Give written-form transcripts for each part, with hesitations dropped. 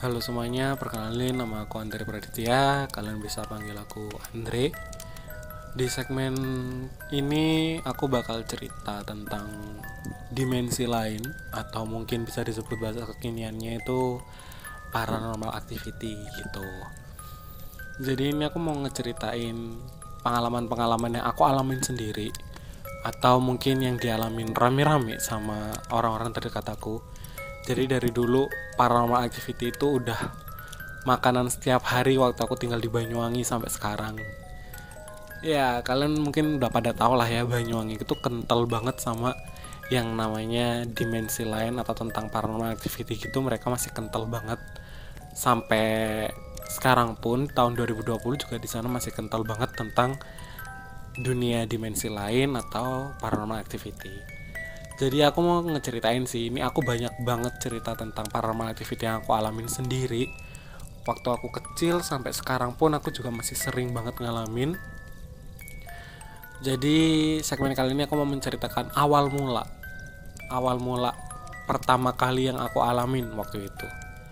Halo semuanya, perkenalin nama aku Andre Praditya. Kalian bisa panggil aku Andre. Di segmen ini aku bakal cerita tentang dimensi lain, atau mungkin bisa disebut bahasa kekiniannya itu paranormal activity gitu. Jadi ini aku mau ngeceritain pengalaman-pengalaman yang aku alamin sendiri, atau mungkin yang dialamin rame-rame sama orang-orang terdekat aku. Jadi dari dulu paranormal activity itu udah makanan setiap hari waktu aku tinggal di Banyuwangi sampai sekarang. Ya kalian mungkin udah pada tahu lah ya, Banyuwangi itu kental banget sama yang namanya dimensi lain atau tentang paranormal activity gitu. Mereka masih kental banget sampai sekarang pun tahun 2020 juga di sana masih kental banget tentang dunia dimensi lain atau paranormal activity. Jadi aku mau ngeceritain sih, ini aku banyak banget cerita tentang paranormal activity yang aku alamin sendiri. Waktu aku kecil sampai sekarang pun aku juga masih sering banget ngalamin. Jadi segmen kali ini aku mau menceritakan awal mula. Awal mula pertama kali yang aku alamin waktu itu.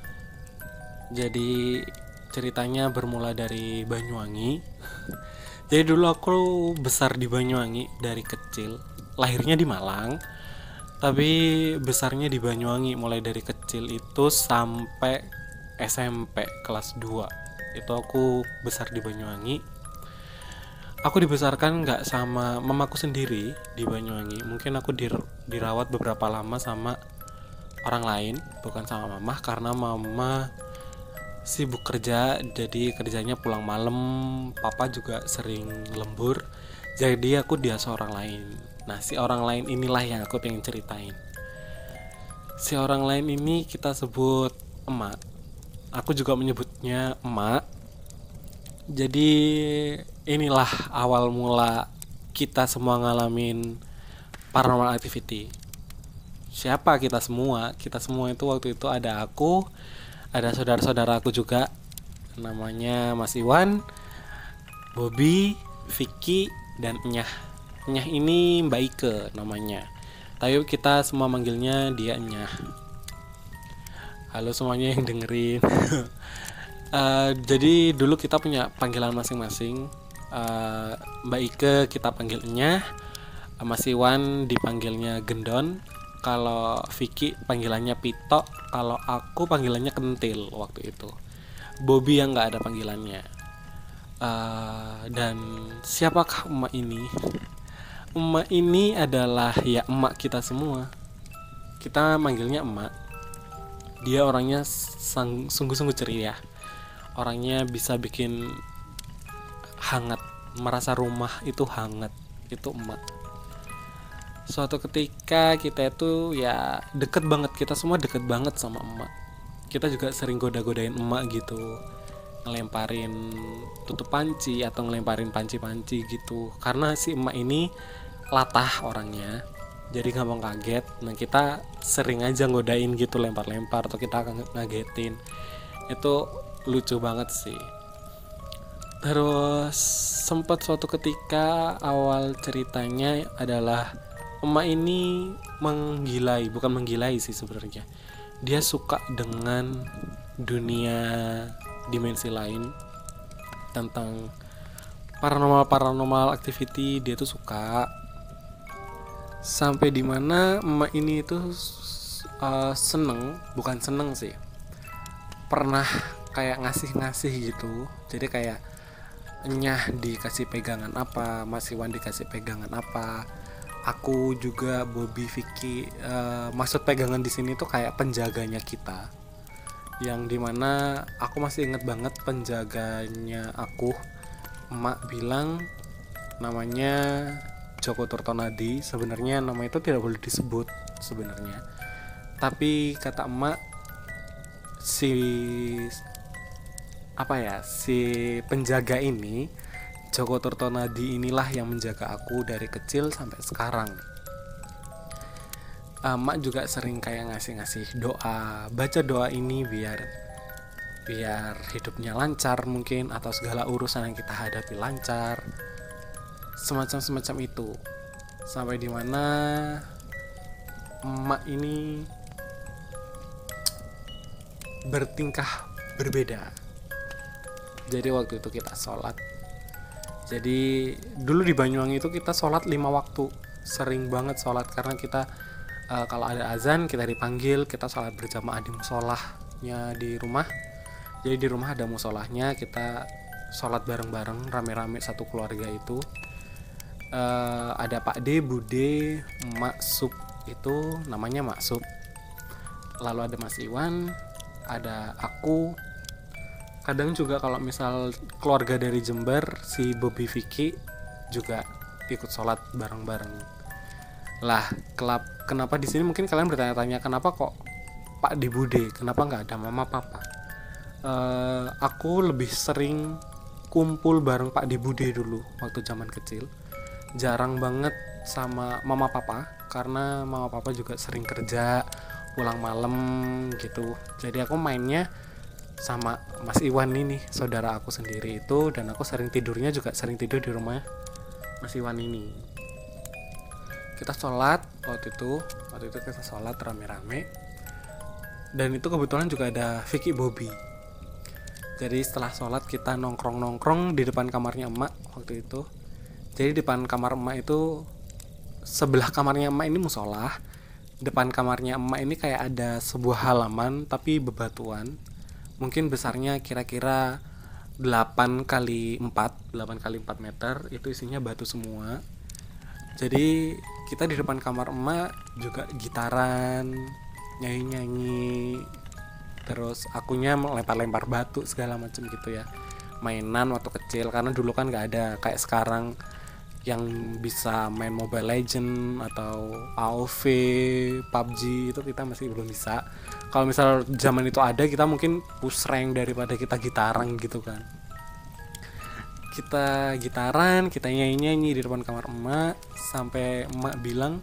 Jadi ceritanya bermula dari Banyuwangi. Jadi dulu aku besar di Banyuwangi dari kecil. Lahirnya di Malang, tapi besarnya di Banyuwangi mulai dari kecil itu sampai SMP kelas 2. Itu aku besar di Banyuwangi. Aku dibesarkan nggak sama mamaku sendiri di Banyuwangi. Mungkin aku dirawat beberapa lama sama orang lain, bukan sama mama, karena mama sibuk kerja, jadi kerjanya pulang malam. Papa juga sering lembur, jadi aku dia seorang lain. Nah, si orang lain inilah yang aku pengen ceritain. Si orang lain ini kita sebut emak. Aku juga menyebutnya emak. Jadi inilah awal mula kita semua ngalamin paranormal activity. Siapa kita semua? Kita semua itu waktu itu ada aku, ada saudara-saudara aku juga, namanya Mas Iwan, Bobby, Vicky, dan Nyah. Nyah ini Mbak Ike namanya, tapi kita semua manggilnya dia Nyah. Halo semuanya yang dengerin. Jadi dulu kita punya panggilan masing-masing. Mbak Ike kita panggilnya, Mas Iwan dipanggilnya Gendon, kalau Vicky panggilannya Pito, kalau aku panggilannya Kentil waktu itu. Bobby yang nggak ada panggilannya. Dan siapakah emak ini? Emak ini adalah ya emak kita semua. Kita manggilnya emak. Dia orangnya sungguh-sungguh ceria. Orangnya bisa bikin hangat, merasa rumah itu hangat. Itu emak. Suatu ketika kita itu ya deket banget, kita semua deket banget sama emak. Kita juga sering goda-godain emak gitu, ngelemparin tutup panci atau ngelemparin panci-panci gitu, karena si emak ini latah orangnya, jadi gampang kaget. Nah kita sering aja ngodain gitu, lempar-lempar atau kita ngagetin. Itu lucu banget sih. Terus sempat suatu ketika, awal ceritanya adalah emak ini bukan menggilai sih sebenarnya. Dia suka dengan dunia dimensi lain, tentang paranormal activity. Dia tuh suka, sampai dimana emak ini tuh bukan seneng sih, pernah kayak ngasih gitu. Jadi kayak Nyah dikasih pegangan apa, Mas Iwan dikasih pegangan apa, aku juga, Bobby, Vicky. Maksud pegangan di sini tuh kayak penjaganya kita, yang dimana aku masih inget banget penjaganya aku. Emak bilang namanya Joko Turtonadi. Sebenarnya nama itu tidak boleh disebut sebenarnya, tapi kata emak, si penjaga ini, Joko Turtonadi inilah yang menjaga aku dari kecil sampai sekarang. Emak juga sering kayak ngasih doa, baca doa ini biar hidupnya lancar mungkin, atau segala urusan yang kita hadapi lancar, semacam itu. Sampai dimana emak ini bertingkah berbeda. Jadi waktu itu kita sholat. Jadi dulu di Banyuwangi itu kita sholat 5 waktu. Sering banget sholat karena kita kalau ada azan kita dipanggil, kita sholat berjamaah di musolahnya di rumah. Jadi di rumah ada musolahnya, kita sholat bareng-bareng rame-rame satu keluarga itu. Ada Pak D, Bude, Mak Sup, itu namanya Mak Sup. Lalu ada Mas Iwan, ada aku. Kadang juga kalau misal keluarga dari Jember, si Bobby Vicky juga ikut sholat bareng-bareng. Lah, kenapa di sini mungkin kalian bertanya-tanya kenapa kok Pak D Bude, kenapa nggak ada Mama Papa? Aku lebih sering kumpul bareng Pak D Bude dulu waktu zaman kecil. Jarang banget sama Mama Papa karena Mama Papa juga sering kerja, pulang malam gitu. Jadi aku mainnya sama Mas Iwan ini, saudara aku sendiri itu, dan aku sering tidurnya juga sering tidur di rumah Mas Iwan ini. Kita sholat waktu itu kita sholat rame-rame, dan itu kebetulan juga ada Vicky Bobby. Jadi setelah sholat kita nongkrong di depan kamarnya emak waktu itu. Jadi depan kamar emak itu, sebelah kamarnya emak ini musola, depan kamarnya emak ini kayak ada sebuah halaman tapi bebatuan. Mungkin besarnya kira-kira 8 kali 4 meter, itu isinya batu semua. Jadi kita di depan kamar emak juga gitaran, nyanyi-nyanyi, terus akunya melempar-lempar batu segala macam gitu ya. Mainan waktu kecil, karena dulu kan gak ada kayak sekarang yang bisa main Mobile Legend atau AoV, PUBG, itu kita masih belum bisa. Kalau misal zaman itu ada, kita mungkin push rank daripada kita gitaran gitu kan. Kita gitaran, kita nyanyi-nyanyi di depan kamar emak, sampai emak bilang,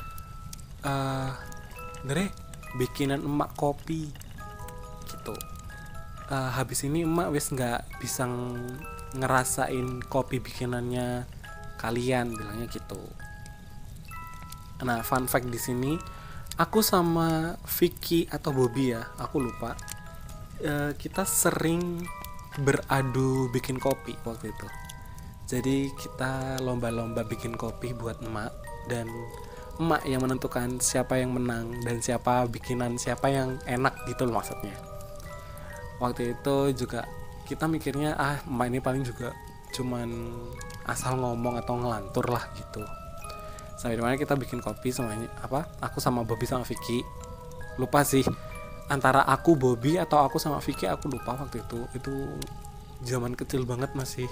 Dre, bikinan emak kopi gitu. Habis ini emak wis gak bisa ngerasain kopi bikinannya kalian, bilangnya gitu. Nah, fun fact di sini, aku sama Vicky atau Bobby ya, aku lupa, kita sering beradu bikin kopi waktu itu. Jadi kita lomba-lomba bikin kopi buat emak, dan emak yang menentukan siapa yang menang dan siapa bikinan siapa yang enak gitu loh maksudnya. Waktu itu juga kita mikirnya emak ini paling juga cuman asal ngomong atau ngelantur lah gitu. Sampai dimana kita bikin kopi semuanya, aku sama Bobby sama Vicky, lupa sih antara aku, Bobby, atau aku sama Vicky, aku lupa waktu itu zaman kecil banget, masih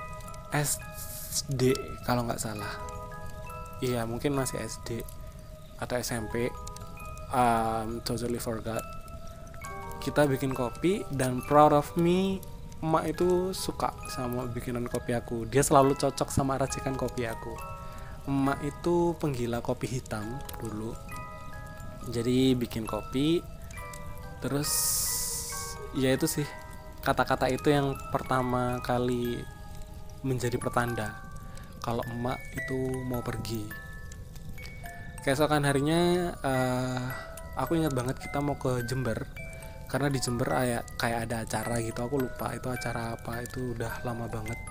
SD kalau nggak salah. Iya, mungkin masih SD atau SMP, totally forgot. Kita bikin kopi, dan proud of me, emak itu suka sama bikinan kopi aku. Dia selalu cocok sama racikan kopi aku. Emak itu penggila kopi hitam dulu. Jadi bikin kopi, terus ya itu sih, kata-kata itu yang pertama kali menjadi pertanda kalau emak itu mau pergi. Keesokan harinya aku ingat banget kita mau ke Jember, karena di Jember kayak ada acara gitu, aku lupa itu acara apa, itu udah lama banget.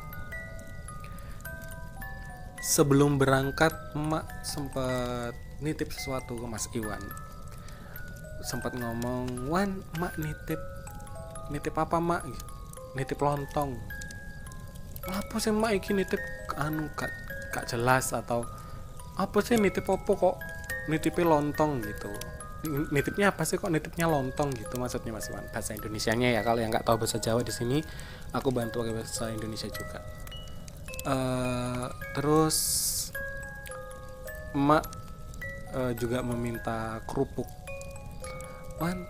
Sebelum berangkat, emak sempet nitip sesuatu ke Mas Iwan. Sempat ngomong, Wan, emak nitip apa mak? Nitip lontong. Apa sih emak iki nitip gak jelas, atau apa sih nitip apa kok nitipnya lontong gitu. Nitipnya apa sih kok nitipnya lontong gitu, maksudnya Mas Iwan, bahasa Indonesianya ya. Kalau yang nggak tahu bahasa Jawa di sini aku bantu pakai bahasa Indonesia juga. Terus emak juga meminta kerupuk. Wan,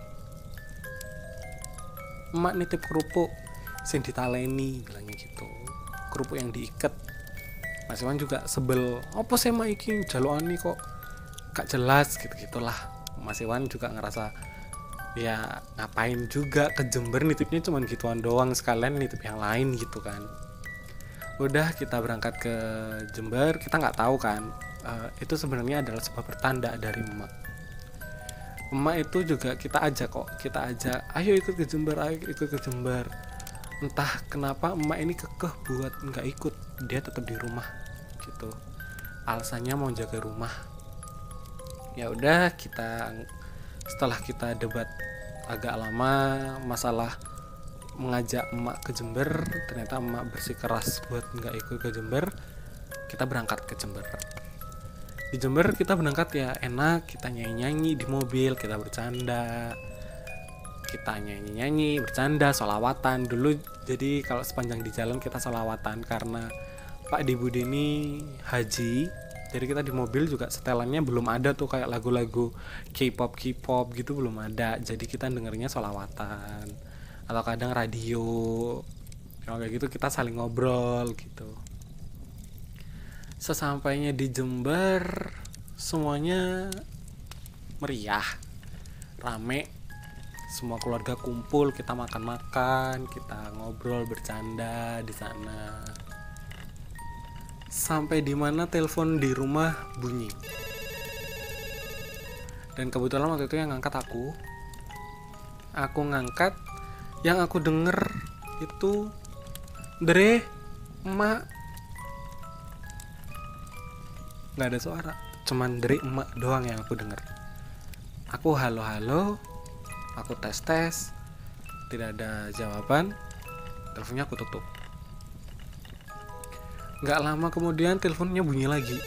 emak nitip kerupuk sing ditaleni, bilangnya gitu, kerupuk yang diikat. Mas Iwan juga sebel, apa sih emak iki jalukane kok gak jelas gitu-gitulah. Mas Iwan juga ngerasa ya ngapain juga ke Jember nitipnya cuman gituan doang, sekalian nitip yang lain gitu kan. Udah, kita berangkat ke Jember, kita nggak tahu kan itu sebenarnya adalah sebuah pertanda dari emak. emak itu juga kita ajak kok, kita ajak ayo ikut ke Jember, ayo ikut ke Jember. Entah kenapa emak ini kekeh buat nggak ikut, dia tetap di rumah gitu, alasannya mau jaga rumah. Ya udah, setelah kita debat agak lama masalah mengajak emak ke Jember, ternyata emak bersikeras buat nggak ikut ke Jember. Kita berangkat ke Jember. Di Jember kita berangkat ya enak, kita nyanyi-nyanyi di mobil, kita bercanda, kita nyanyi-nyanyi, bercanda, sholawatan dulu. Jadi kalau sepanjang di jalan kita sholawatan karena Pak di Budi ini haji. Jadi kita di mobil juga setelannya belum ada tuh kayak lagu-lagu K-pop gitu, belum ada. Jadi kita dengernya sholawatan atau kadang radio. Kalau kayak gitu kita saling ngobrol gitu. Sesampainya di Jember semuanya meriah, rame, semua keluarga kumpul, kita makan-makan, kita ngobrol, bercanda di sana. Sampai di mana telepon di rumah bunyi. Dan kebetulan waktu itu yang ngangkat aku. Aku ngangkat, yang aku denger itu Dre, emak. Nggak ada suara, cuman Dre, emak doang yang aku denger. Aku halo, aku tes, tidak ada jawaban. Teleponnya aku tutup. Nggak lama kemudian teleponnya bunyi lagi.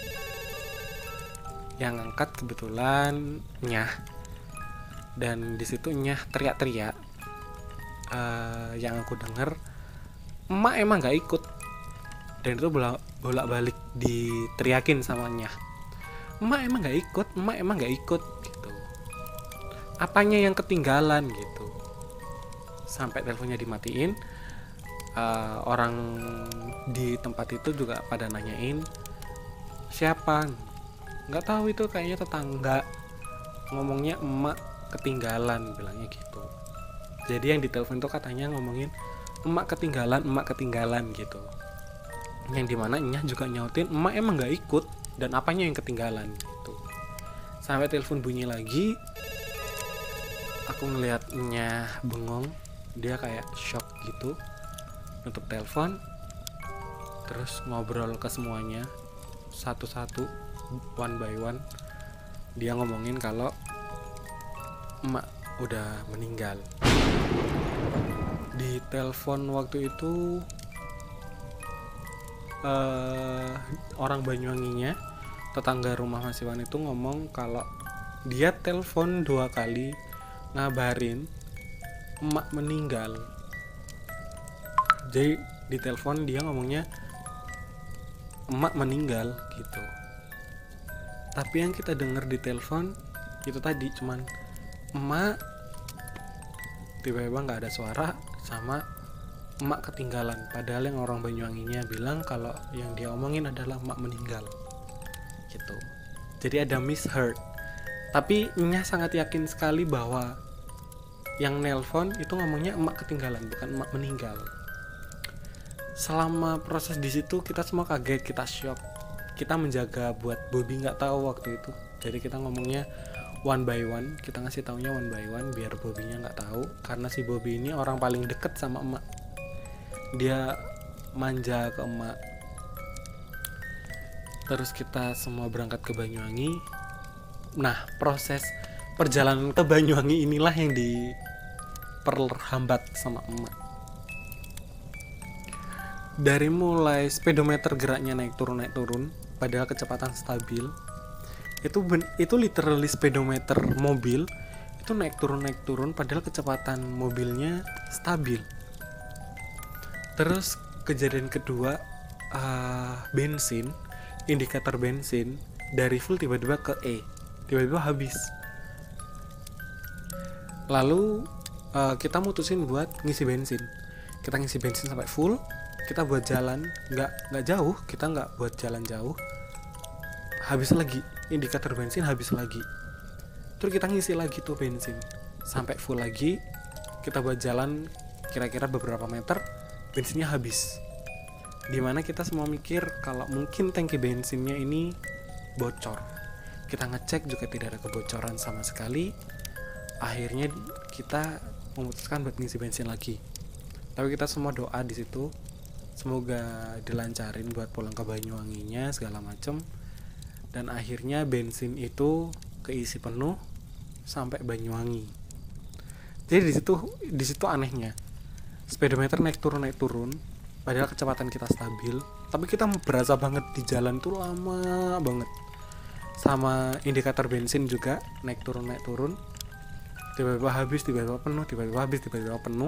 Yang ngangkat kebetulan Nyah, dan di situ Nyah teriak-teriak. Yang aku denger, emak emang nggak ikut. Dan itu bolak-balik diteriakin sama Nyah, emak emang nggak ikut gitu. Apanya yang ketinggalan gitu. Sampai teleponnya dimatiin. Orang di tempat itu juga pada nanyain siapa, nggak tahu, itu kayaknya tetangga, ngomongnya emak ketinggalan, bilangnya gitu. Jadi yang ditelepon itu katanya ngomongin emak ketinggalan gitu. Yang dimana Nyah juga nyautin emak emang nggak ikut, dan apanya yang ketinggalan gitu. Sampai telepon bunyi lagi, aku ngeliat Nyah bengong, dia kayak shock gitu, nutup telepon, terus ngobrol ke semuanya satu-satu, one by one. Dia ngomongin kalau emak udah meninggal. Di telepon waktu itu orang Banyuwanginya, tetangga rumah Mas Iwan itu ngomong kalau dia telepon 2 kali ngabarin emak meninggal. Jadi di telepon dia ngomongnya emak meninggal gitu. Tapi yang kita dengar di telepon itu tadi cuman emak, tiba-tiba nggak ada suara, sama emak ketinggalan. Padahal yang orang Banyuwanginya bilang kalau yang dia omongin adalah emak meninggal gitu. Jadi ada misheard. Tapi Nyah sangat yakin sekali bahwa yang nelpon itu ngomongnya emak ketinggalan, bukan emak meninggal. Selama proses di situ kita semua kaget, kita shock, kita menjaga buat Bobby nggak tahu waktu itu. Jadi kita ngomongnya one by one, kita ngasih taunya one by one biar Bobby-nya nggak tahu, karena si Bobby ini orang paling deket sama emak. Dia manja ke emak. Terus kita semua berangkat ke Banyuwangi. Nah, proses perjalanan ke Banyuwangi inilah yang diperhambat sama emak. Dari mulai speedometer geraknya naik turun, padahal kecepatan stabil. Itu literally speedometer mobil itu naik turun, padahal kecepatan mobilnya stabil. Terus kejadian kedua, bensin, indikator bensin dari full tiba-tiba ke tiba-tiba habis. Lalu kita mutusin buat ngisi bensin. Kita ngisi bensin sampai full. Kita buat jalan, nggak jauh, kita nggak buat jalan jauh, habis lagi, indikator bensin habis lagi. Terus kita ngisi lagi tuh bensin sampai full lagi. Kita buat jalan kira-kira beberapa meter, bensinnya habis. Dimana kita semua mikir kalau mungkin tangki bensinnya ini bocor. Kita ngecek juga tidak ada kebocoran sama sekali. Akhirnya kita memutuskan buat ngisi bensin lagi. Tapi kita semua doa di situ, semoga dilancarin buat pulang ke Banyuwanginya segala macem. Dan akhirnya bensin itu keisi penuh sampai Banyuwangi. Jadi di situ anehnya, speedometer naik turun, padahal kecepatan kita stabil, tapi kita berasa banget di jalan tuh lama banget. Sama indikator bensin juga naik turun, tiba-tiba habis, tiba-tiba penuh, tiba-tiba habis, tiba-tiba penuh.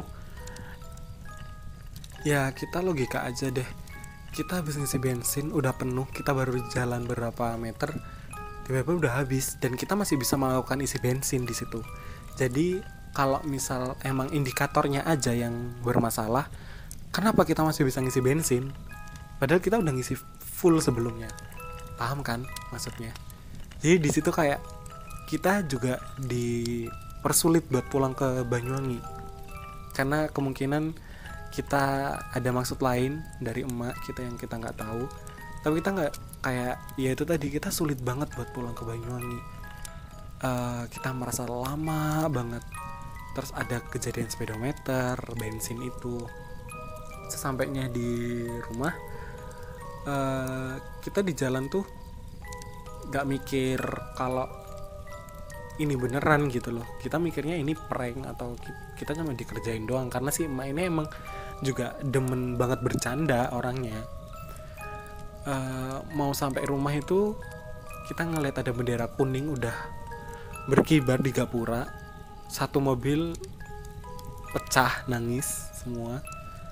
Ya kita logika aja deh, kita habis ngisi bensin udah penuh, kita baru jalan berapa meter, tiba-tiba udah habis, dan kita masih bisa melakukan isi bensin di situ. Jadi kalau misal emang indikatornya aja yang bermasalah, kenapa kita masih bisa ngisi bensin? Padahal kita udah ngisi full sebelumnya. Paham kan maksudnya? Jadi di situ kayak kita juga dipersulit buat pulang ke Banyuwangi. Karena kemungkinan kita ada maksud lain dari emak kita yang kita nggak tahu. Tapi kita nggak kayak, ya itu tadi, kita sulit banget buat pulang ke Banyuwangi. Kita merasa lama banget. Terus ada kejadian speedometer, bensin itu. Sesampainya di rumah, kita di jalan tuh gak mikir kalau ini beneran gitu loh. Kita mikirnya ini prank atau kita cuma dikerjain doang. Karena si emak ini emang juga demen banget bercanda orangnya. Mau sampai rumah itu kita ngeliat ada bendera kuning udah berkibar di gapura. Satu mobil pecah, nangis semua.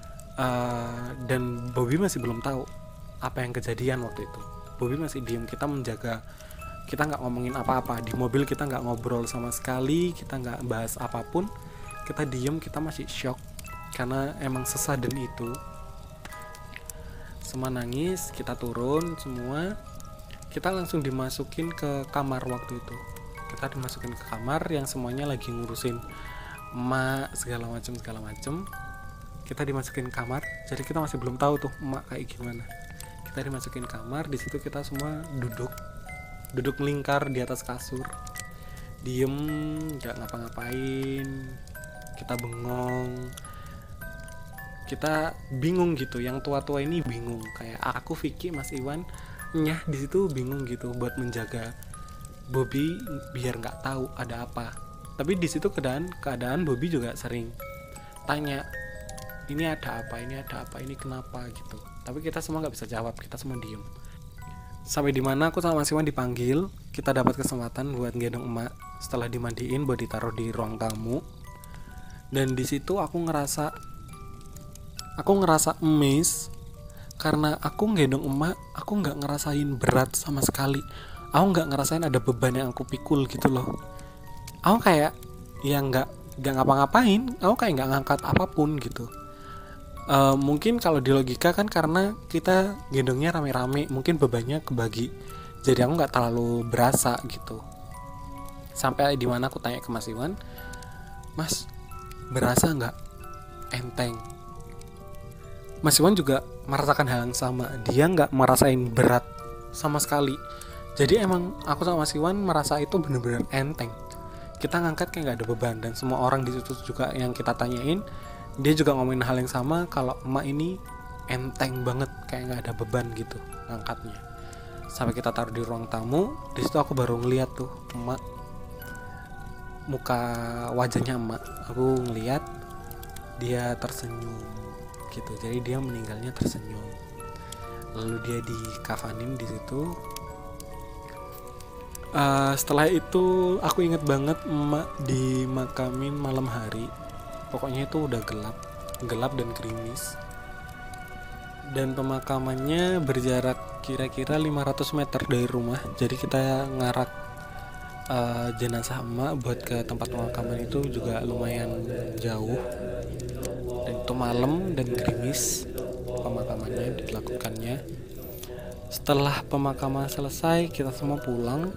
Dan Bobby masih belum tahu apa yang kejadian waktu itu. Bobby masih diem, kita menjaga, kita nggak ngomongin apa-apa di mobil, kita nggak ngobrol sama sekali, kita nggak bahas apapun, kita diem, kita masih shock karena emang sesaden itu. Semua nangis, kita turun semua, kita langsung dimasukin ke kamar waktu itu. Kita dimasukin ke kamar yang semuanya lagi ngurusin emak segala macem. Kita dimasukin kamar, jadi kita masih belum tahu tuh emak kayak gimana. Kita dimasukin kamar, di situ kita semua duduk melingkar di atas kasur, diem, nggak ngapa-ngapain. Kita bengong, kita bingung gitu. Yang tua-tua ini bingung, kayak aku, Vicky, Mas Iwan, Nyah di situ bingung gitu buat menjaga Bobby biar nggak tahu ada apa. Tapi di situ keadaan Bobby juga sering tanya, ini ada apa, ini kenapa gitu. Tapi kita semua nggak bisa jawab, kita semua diem. Sampai dimana aku sama Mas Iwan dipanggil, kita dapat kesempatan buat gendong emak setelah dimandiin buat ditaruh di ruang tamu. Dan di situ aku ngerasa amazed karena aku gendong emak, aku nggak ngerasain berat sama sekali. Aku nggak ngerasain ada beban yang aku pikul gitu loh. Aku kayak ya nggak ngapa-ngapain, aku kayak nggak ngangkat apapun gitu. Mungkin kalau di logika kan karena kita gendongnya rame-rame, mungkin bebannya kebagi, jadi aku nggak terlalu berasa gitu. Sampai dimana aku tanya ke Mas Iwan, Mas, berasa nggak enteng? Mas Iwan juga merasakan hal yang sama, dia nggak merasain berat sama sekali. Jadi emang aku sama Mas Iwan merasa itu benar-benar enteng. Kita ngangkat kayak nggak ada beban, dan semua orang di situ juga yang kita tanyain, dia juga ngomongin hal yang sama, kalau emak ini enteng banget, kayak nggak ada beban gitu ngangkatnya. Sampai kita taruh di ruang tamu, di situ aku baru ngeliat tuh emak, muka wajahnya emak, aku ngeliat dia tersenyum gitu. Jadi dia meninggalnya tersenyum. Lalu dia dikafanin di situ. Setelah itu aku inget banget emak dimakamin malam hari. Pokoknya itu udah gelap dan gerimis. Dan pemakamannya berjarak kira-kira 500 meter dari rumah. Jadi kita ngarak jenazah emak buat ke tempat pemakaman itu juga lumayan jauh. Dan itu malam dan gerimis pemakamannya dilakukannya. Setelah pemakaman selesai, kita semua pulang.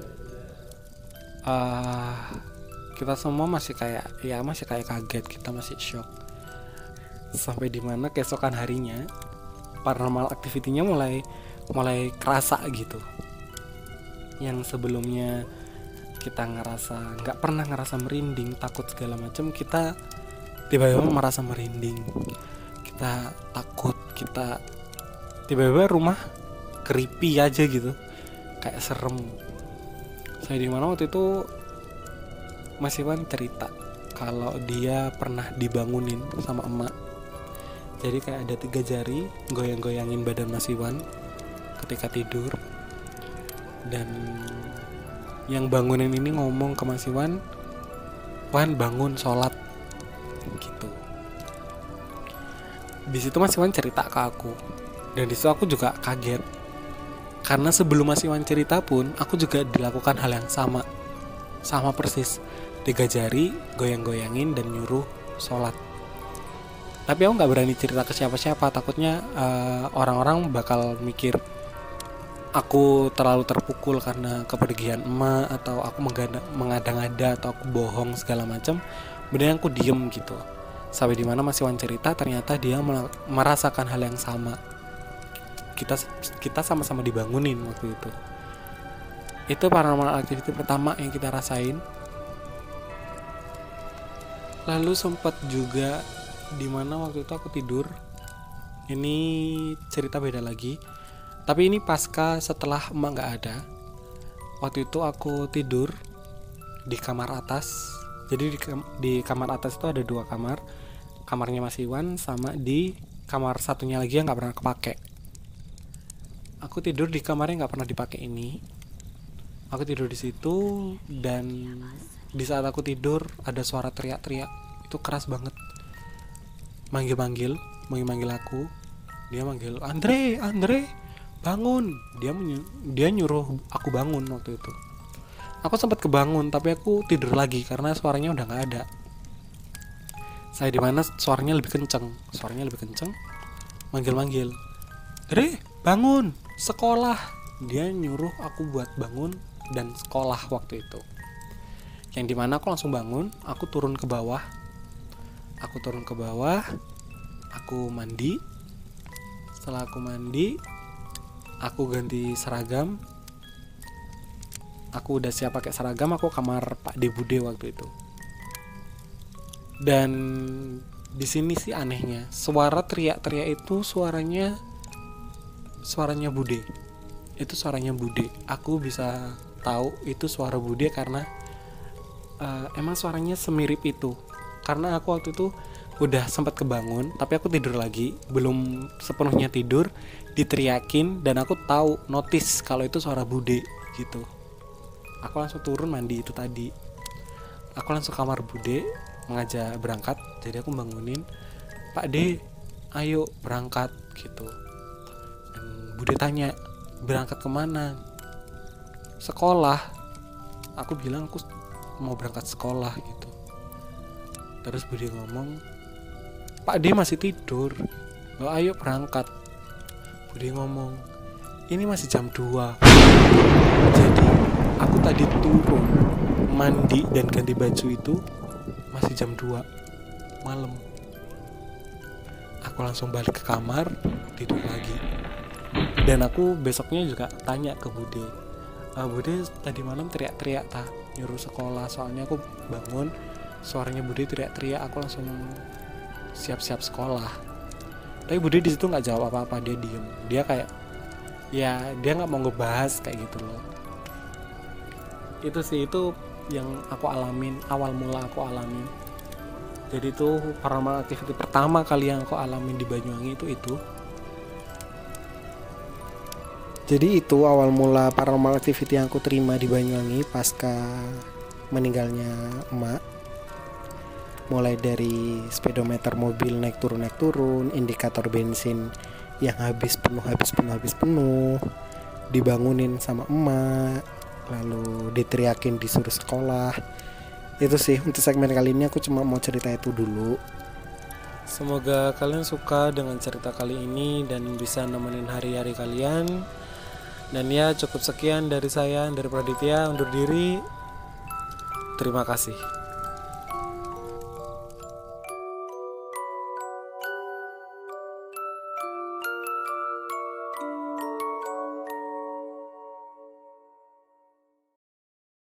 Kita semua masih kayak kaget, kita masih shock. Sampai dimana keesokan harinya paranormal activity-nya mulai kerasa gitu. yang sebelumnya kita nggak pernah ngerasa merinding, takut segala macam, kita tiba-tiba merasa merinding, kita takut, kita tiba-tiba rumah creepy aja gitu, kayak serem. Saya di mana waktu itu Mas Iwan cerita kalau dia pernah dibangunin sama emak. Jadi kayak ada 3 jari goyang-goyangin badan Mas Iwan ketika tidur. Dan yang bangunin ini ngomong ke Mas Iwan, "Wan, bangun sholat," gitu. Di situ Mas Iwan cerita ke aku, dan di situ aku juga kaget. Karena sebelum Mas Iwan cerita pun, aku juga dilakukan hal yang sama persis. 3 jari goyang-goyangin dan nyuruh sholat. Tapi aku nggak berani cerita ke siapa-siapa, takutnya orang-orang bakal mikir aku terlalu terpukul karena kepergian emak, atau aku mengada-ngada, atau aku bohong segala macam. Kemudian aku diem gitu. Sampai dimana Mas Iwan cerita, ternyata dia merasakan hal yang sama. Kita sama-sama dibangunin waktu itu. Itu paranormal activity pertama yang kita rasain. Lalu sempat juga dimana waktu itu aku tidur. Ini cerita beda lagi, tapi ini pasca setelah emak gak ada. Waktu itu aku tidur di kamar atas. Jadi di kamar atas itu ada 2 kamar. Kamarnya Mas Iwan sama di kamar satunya lagi yang gak pernah kepake. Aku tidur di kamar yang gak pernah dipakai ini. Aku tidur di situ, dan di saat aku tidur ada suara teriak-teriak. Itu keras banget. Manggil aku. Dia manggil, Andre, bangun. Dia nyuruh aku bangun waktu itu. Aku sempat kebangun, tapi aku tidur lagi karena suaranya udah nggak ada. Saya di mana suaranya lebih kenceng. Manggil, Andre, bangun, sekolah. Dia nyuruh aku buat bangun dan sekolah waktu itu. Yang dimana aku langsung bangun, aku turun ke bawah, aku mandi. Setelah aku mandi, aku ganti seragam. Aku udah siap pakai seragam, aku kamar Pak De Bude waktu itu. Dan di sini sih anehnya, suara teriak-teriak itu suaranya Bude. Itu suaranya Bude. Aku bisa tahu itu suara Bude karena emang suaranya semirip itu. Karena aku waktu itu udah sempat kebangun, tapi aku tidur lagi, belum sepenuhnya tidur, diteriakin, dan aku tahu, notice kalau itu suara Bude gitu. Aku langsung turun mandi itu tadi. Aku langsung kamar Bude, ngajak berangkat. Jadi aku bangunin, Pak De, ayo berangkat gitu. Dan Bude tanya, berangkat kemana? Sekolah. Aku bilang aku mau berangkat sekolah gitu. Terus Bude ngomong, Pak D masih tidur, ayo berangkat. Bude ngomong, ini masih jam 2. Jadi aku tadi turun mandi dan ganti baju itu masih jam 2 malam. Aku langsung balik ke kamar, tidur lagi. Dan aku besoknya juga tanya ke Bude, Bude tadi malam teriak-teriak nyuruh sekolah. Soalnya aku bangun, suaranya Bude teriak-teriak, aku langsung siap-siap sekolah. Tapi Bude di situ nggak jawab apa-apa, dia diem. Dia kayak, ya dia nggak mau ngebahas kayak gitu loh. Itu sih, itu yang aku alamin, awal mula aku alamin. Jadi itu paranormal activity pertama kali yang aku alamin di Banyuwangi itu. Jadi itu awal mula paranormal activity yang aku terima di Banyuwangi pasca meninggalnya emak. Mulai dari speedometer mobil naik turun, indikator bensin yang habis penuh, dibangunin sama emak, lalu diteriakin disuruh sekolah. Itu sih untuk segmen kali ini, aku cuma mau cerita itu dulu. Semoga kalian suka dengan cerita kali ini dan bisa nemenin hari-hari kalian. Dan ya, cukup sekian dari saya, dari Praditya, undur diri. Terima kasih.